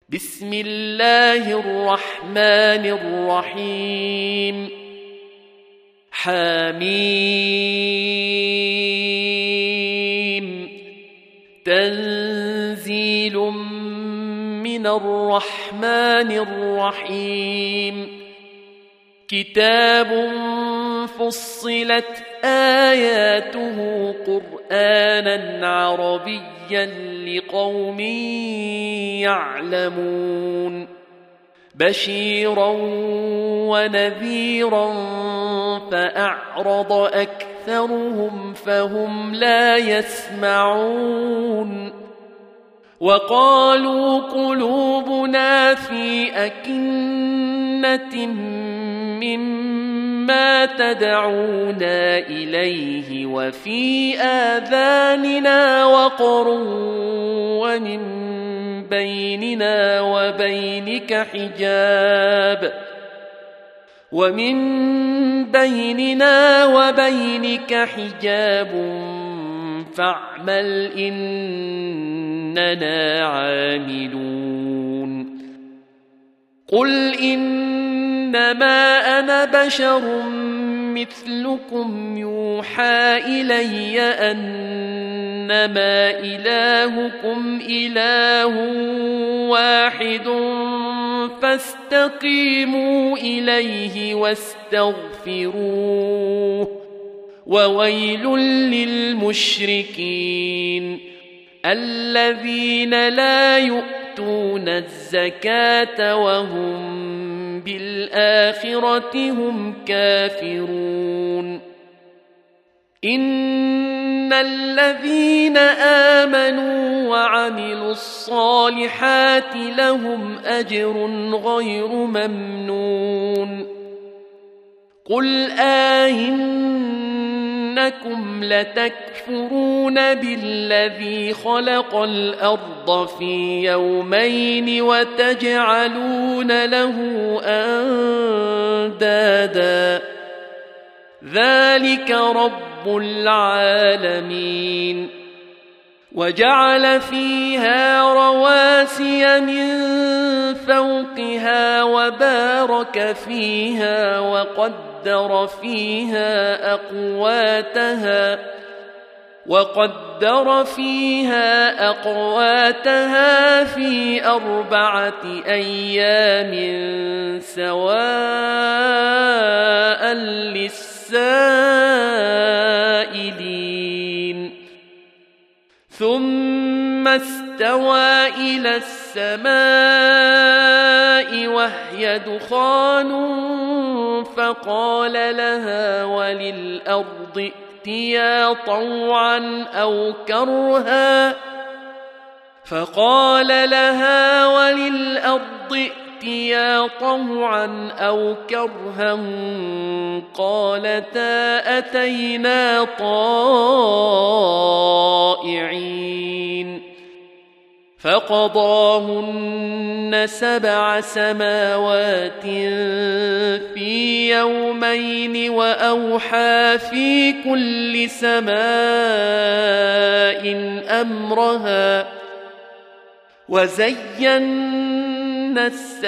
بسم الله الرحمن الرحيم حميم تنزيل من الرحمن الرحيم كتاب فصلت آياته قرآنا عربيا لقوم يعلمون بشيرا ونذيرا فأعرض أكثرهم فهم لا يسمعون وقالوا قلوبنا في أكنة مما تدعونا إليه وفي آذاننا وقر ومن بيننا وبينك حجاب فاعمل إننا عاملون قل إنما أنا بشر مثلكم يوحى إلي أنما إلهكم إله واحد فاستقيموا إليه واستغفروه وويل للمشركين الذين لا يؤتون الزكاة وهم بالآخرة هم كافرون إن الذين آمنوا وعملوا الصالحات لهم أجر غير ممنون قل إنكم لتكفرون بالذي خلق الأرض في يومين وتجعلون له أندادا ذلك رب العالمين وجعل فيها رواسي من فوقها وبارك فيها وقدر فيها أقواتها في 4 أيام سواء للسائلين ثم استوى إلى السماء وهي دخان فقال لها وللأرض ائتيا طوعا أو كرها قالتا أتينا طائعين فقضاهن 7 سماوات في يومين وأوحى في كل سماء أمرها وزينا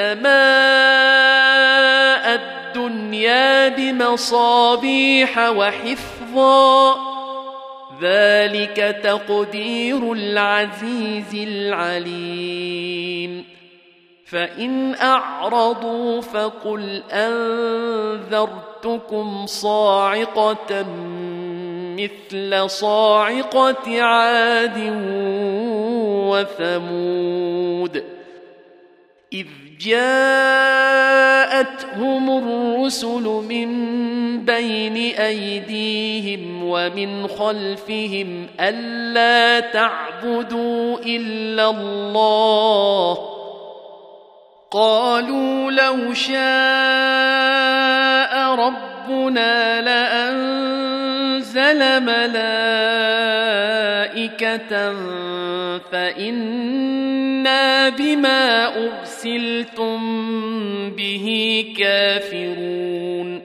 السماء الدنيا بمصابيح وحفظا ذلك تقدير العزيز العليم فإن أعرضوا فقل أنذرتكم صاعقة مثل صاعقة عاد وثمود إذ جاءتهم الرسل من بين أيديهم ومن خلفهم ألا تعبدوا إلا الله قالوا لو شاء ربنا لأنزل ملائكة فإنا بما أرسلتم به كافرون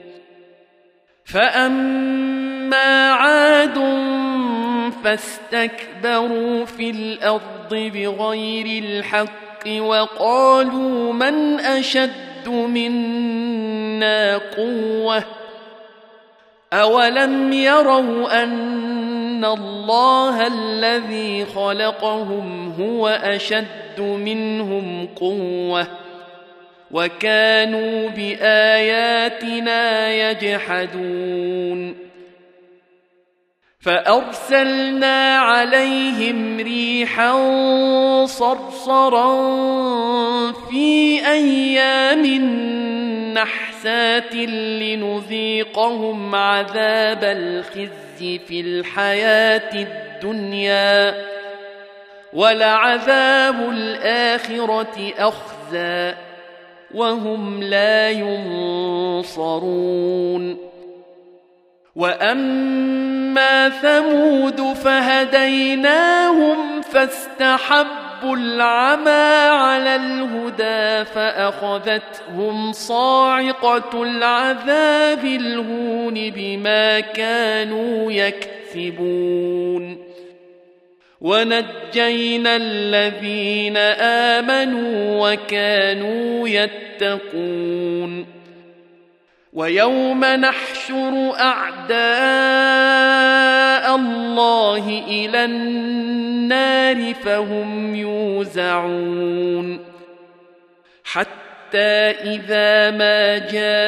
فأما عاد فاستكبروا في الأرض بغير الحق وقالوا من أشد منا قوة أولم يروا أن الله الذي خلقهم هو أشد منهم قوة وكانوا بآياتنا يجحدون فأرسلنا عليهم ريحا صرصرا في أيام نحسات لنذيقهم عذاب الخزي في الحياة الدنيا ولعذاب الآخرة أخزى وهم لا ينصرون وأما ثمود فهديناهم فاستحبوا العمى على الهدى فأخذتهم صاعقة العذاب الهون بما كانوا يكسبون ونجينا الذين آمنوا وكانوا يتقون ويوم نحشر أعداء الله إلى النار فهم يوزعون حتى إذا ما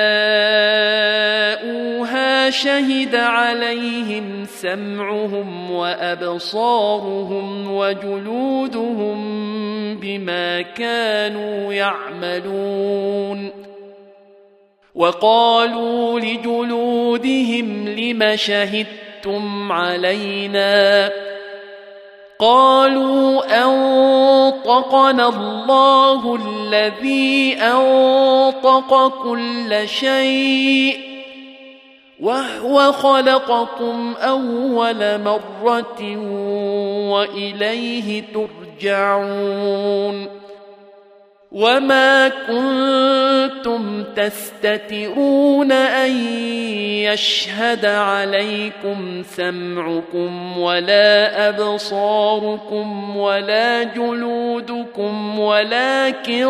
جاءوها شهد عليهم سمعهم وأبصارهم وجلودهم بما كانوا يعملون وقالوا لجلودهم لم شهدتم علينا قالوا أنطقنا الله الذي أنطق كل شيء وهو خلقكم أول مرة وإليه ترجعون وما كنتم تستترون أن يشهد عليكم سمعكم ولا أبصاركم ولا جلودكم ولكن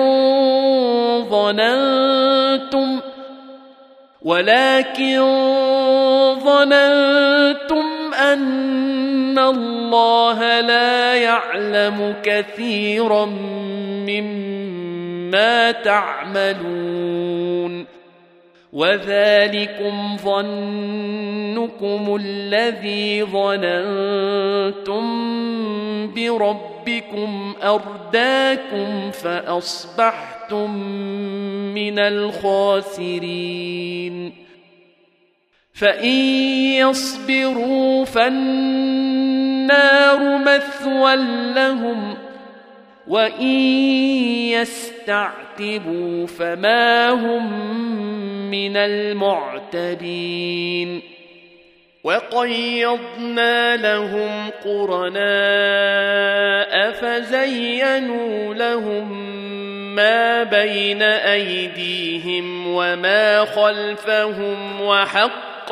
ظننتم أن الله لا يعلم كثيرا مما تعملون وذلكم ظنكم الذي ظننتم بربكم أرداكم فأصبحتم من الخاسرين فإن يصبروا فالنار مثوى لهم وإن يستعتبوا فما هم من المعتبين وقيضنا لهم قرناء فزينوا لهم ما بين أيديهم وما خلفهم وحق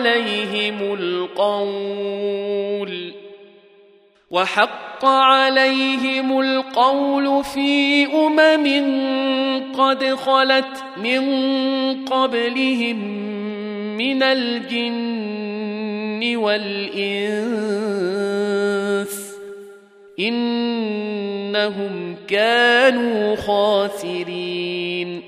عليهم القول في قد خلت من قبلهم من الجن والإنس إنهم كانوا خاسرين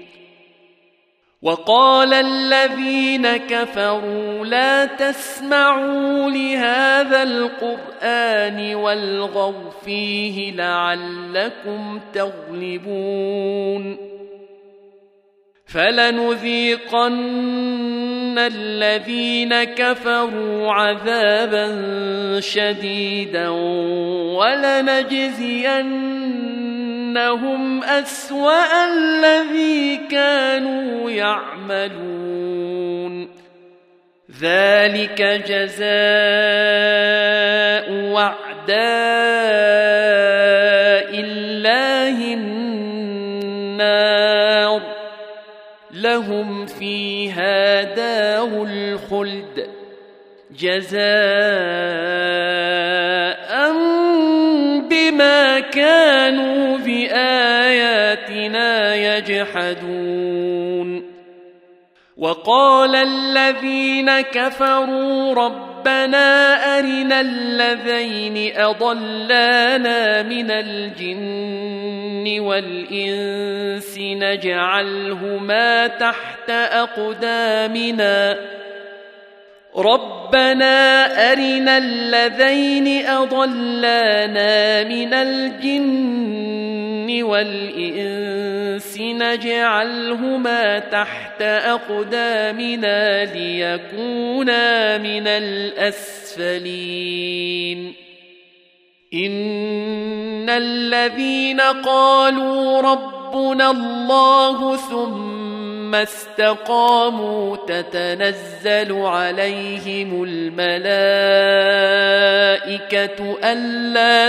وقال الذين كفروا لا تسمعوا لهذا القرآن والغوا فيه لعلكم تغلبون فلنذيقن الذين كفروا عذابا شديدا ولنجزينهم أسوأ الذي كانوا يعملون ذلك جزاء أعداء الله النار لهم فيها دار الخلد جزاء بما كانوا بآياتنا يجحدون وقال الذين كفروا ربنا أرنا الذين أضلانا من الجن والإنس نجعلهما تحت أقدامنا ربنا أرنا الذين أضلانا من الجن والإنس نجعلهما تحت أقدامنا ليكونا من الأسفلين إن الذين قالوا ربنا الله ثم استقاموا تتنزل عليهم الملائكة ألا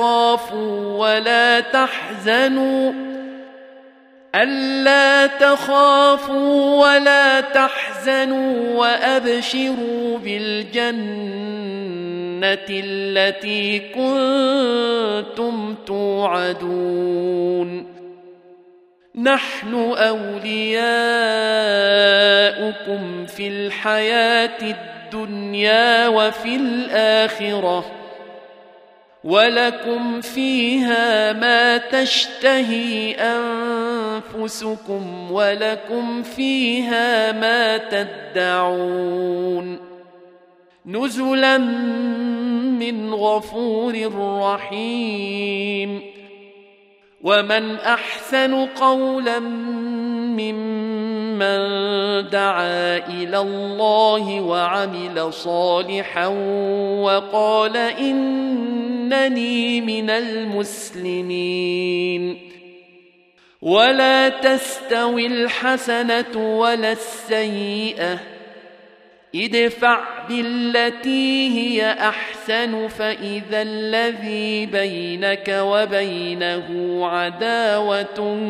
تخافوا ولا تحزنوا وأبشروا بالجنة التي كنتم توعدون نحن أولياؤكم في الحياة الدنيا وفي الآخرة ولكم فيها ما تشتهي أنفسكم ولكم فيها ما تدعون نزلا من غفور رحيم ومن أحسن قولا ممن دعا إلى الله وعمل صالحا وقال إنني من المسلمين ولا تستوي الحسنة ولا السيئة ادفع بالتي هي أحسن فإذا الذي بينك وبينه عداوة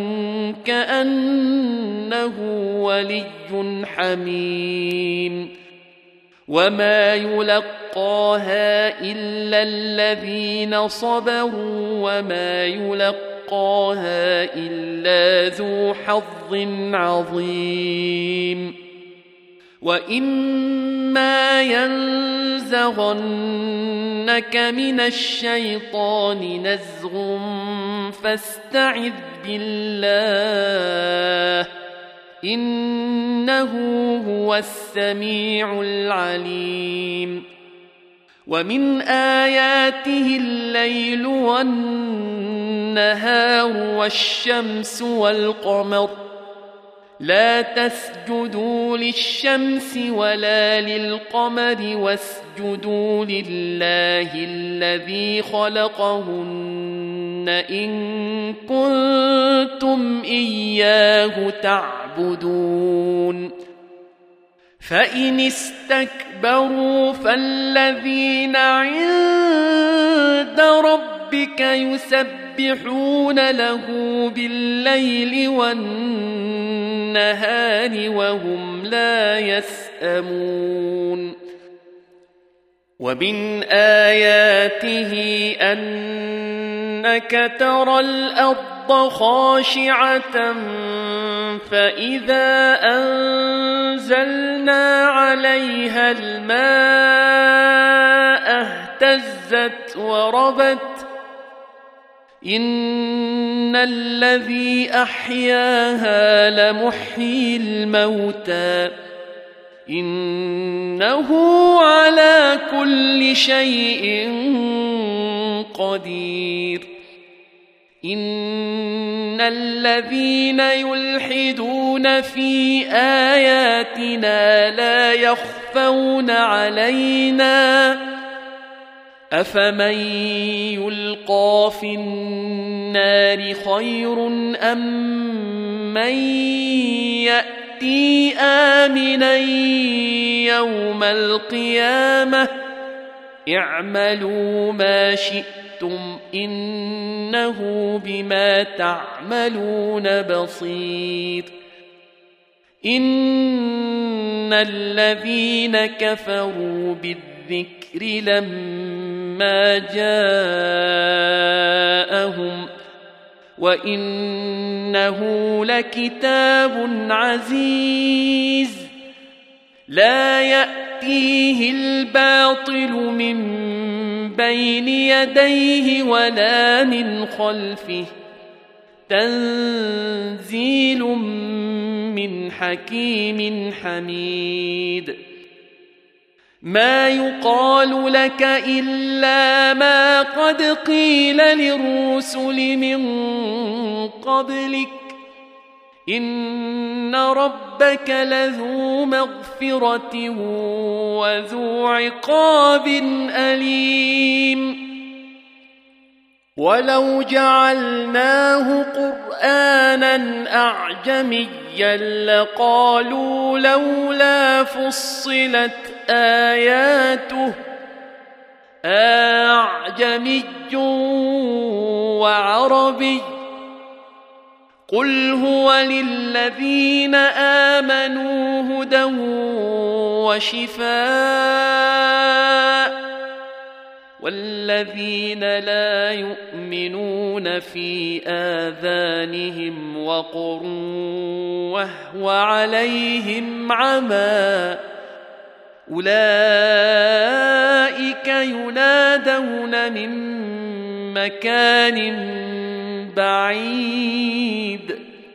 كأنه ولي حميم وما يلقاها إلا الذين صبروا وما يلقاها إلا ذو حظ عظيم وإما ينزغنك من الشيطان نزغ فاستعذ بالله إنه هو السميع العليم ومن آياته الليل والنهار والشمس والقمر لا تسجدوا للشمس ولا للقمر واسجدوا لله الذي خلقهن إن كنتم إياه تعبدون فإن استكبروا فالذين عند ربك يسبحون له بالليل والنهار وهم لا يسأمون ومن آياته أنك ترى الأرض خاشعة فإذا أنزلنا عليها الماء اهتزت وربت إن الذي أحياها لمحيي الموتى إنه على كل شيء قدير إن الذين يلحدون في آياتنا لا يخفون علينا أفمن يلقى في النار خير أم من يأتي آمنا يوم القيامة اعملوا ما شئتم إنه بما تعملون بصير إن الذين كفروا بالذكر لما جاءهم وإنه لكتاب عزيز لا يأتيه الباطل من بين يديه ولا من خلفه تنزيل من حكيم حميد ما يقال لك إلا ما قد قيل للرسل من قبلك إن ربك لذو مغفرة وذو عقاب أليم ولو جعلناه قرآنا أعجميا لقالوا لولا فصلت آياته أعجمي وعربي قل هو للذين آمنوا هدى وشفاء والذين لا يؤمنون في آذانهم وقر وهو عليهم عمى أولئك ينادون من مكان بعيد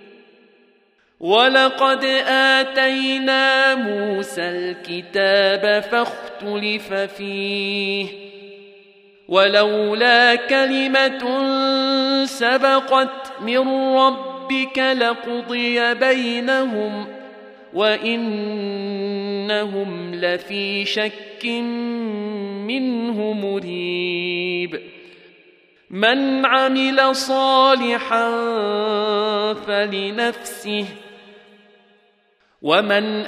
ولقد آتينا موسى الكتاب فاختلف فيه ولولا كلمة سبقت من ربك لقضي بينهم وإنهم لفي شك منه مريب من عمل صالحا فلنفسه ومن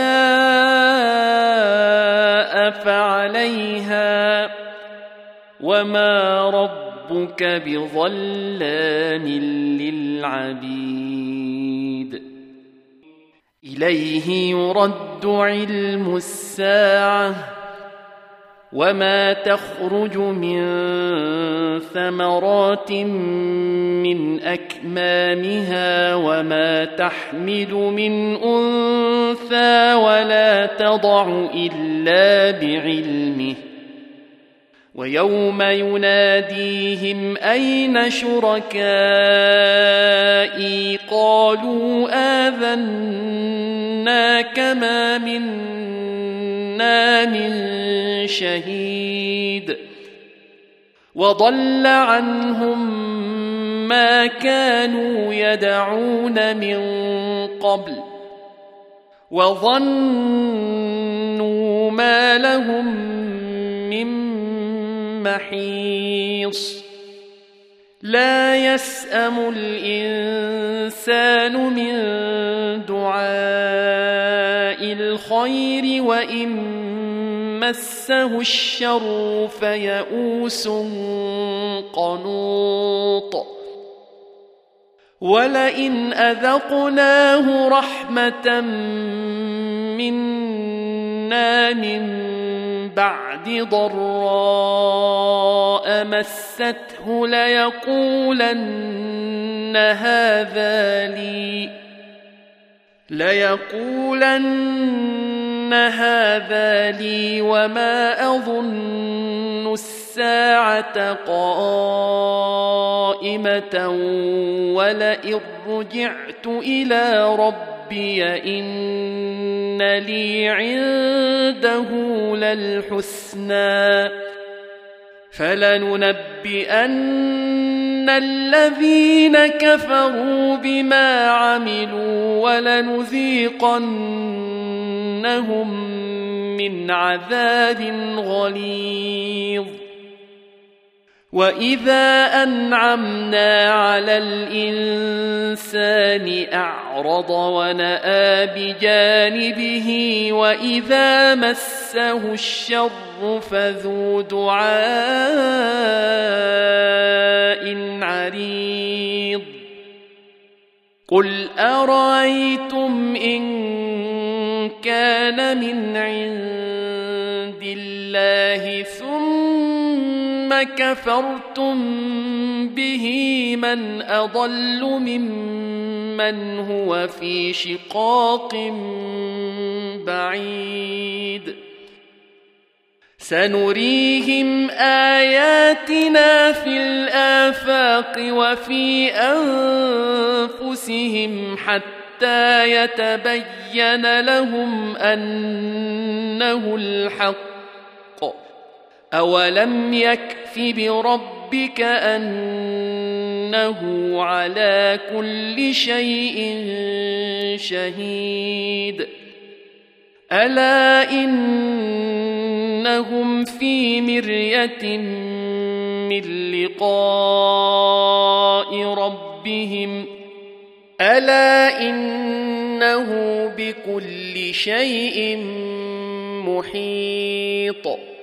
أساء فعليها وما ربك بظلام للعبيد إليه يرد علم الساعة وما تخرج من ثمرات من أكمامها وما تحمل من أنثى ولا تضع إلا بعلمه ويوم يناديهم أين شركائي قالوا آذناك ما منا من شهيد وضل عنهم ما كانوا يدعون من قبل وظنوا ما لهم من محيص لا يسأم الإنسان من دعاء الخير وإن مسه الشر فيئوس قنوط ولئن أذقناه رحمة منا من بعد ضراء مسته ليقولن هذا لي وما أظن الساعة قائمة ولئن رجعت إلى ربي إن لي عنده للحسنى فلننبئن الذين كفروا بما عملوا ولنذيقنهم من عذاب غليظ وإذا أنعمنا على الإنسان أعرض ونأى بجانبه وإذا مسه الشر فذو دعاء عريض قل أرأيتم إن كان من عند الله ثم كفرتم به من أضل ممن هو في شقاق بعيد سنريهم آياتنا في الآفاق وفي أنفسهم حتى يتبين لهم أنه الحق أولم يكف بربك أنه على كل شيء شهيد ألا إنهم في مرية من لقاء ربهم ألا إنه بكل شيء محيط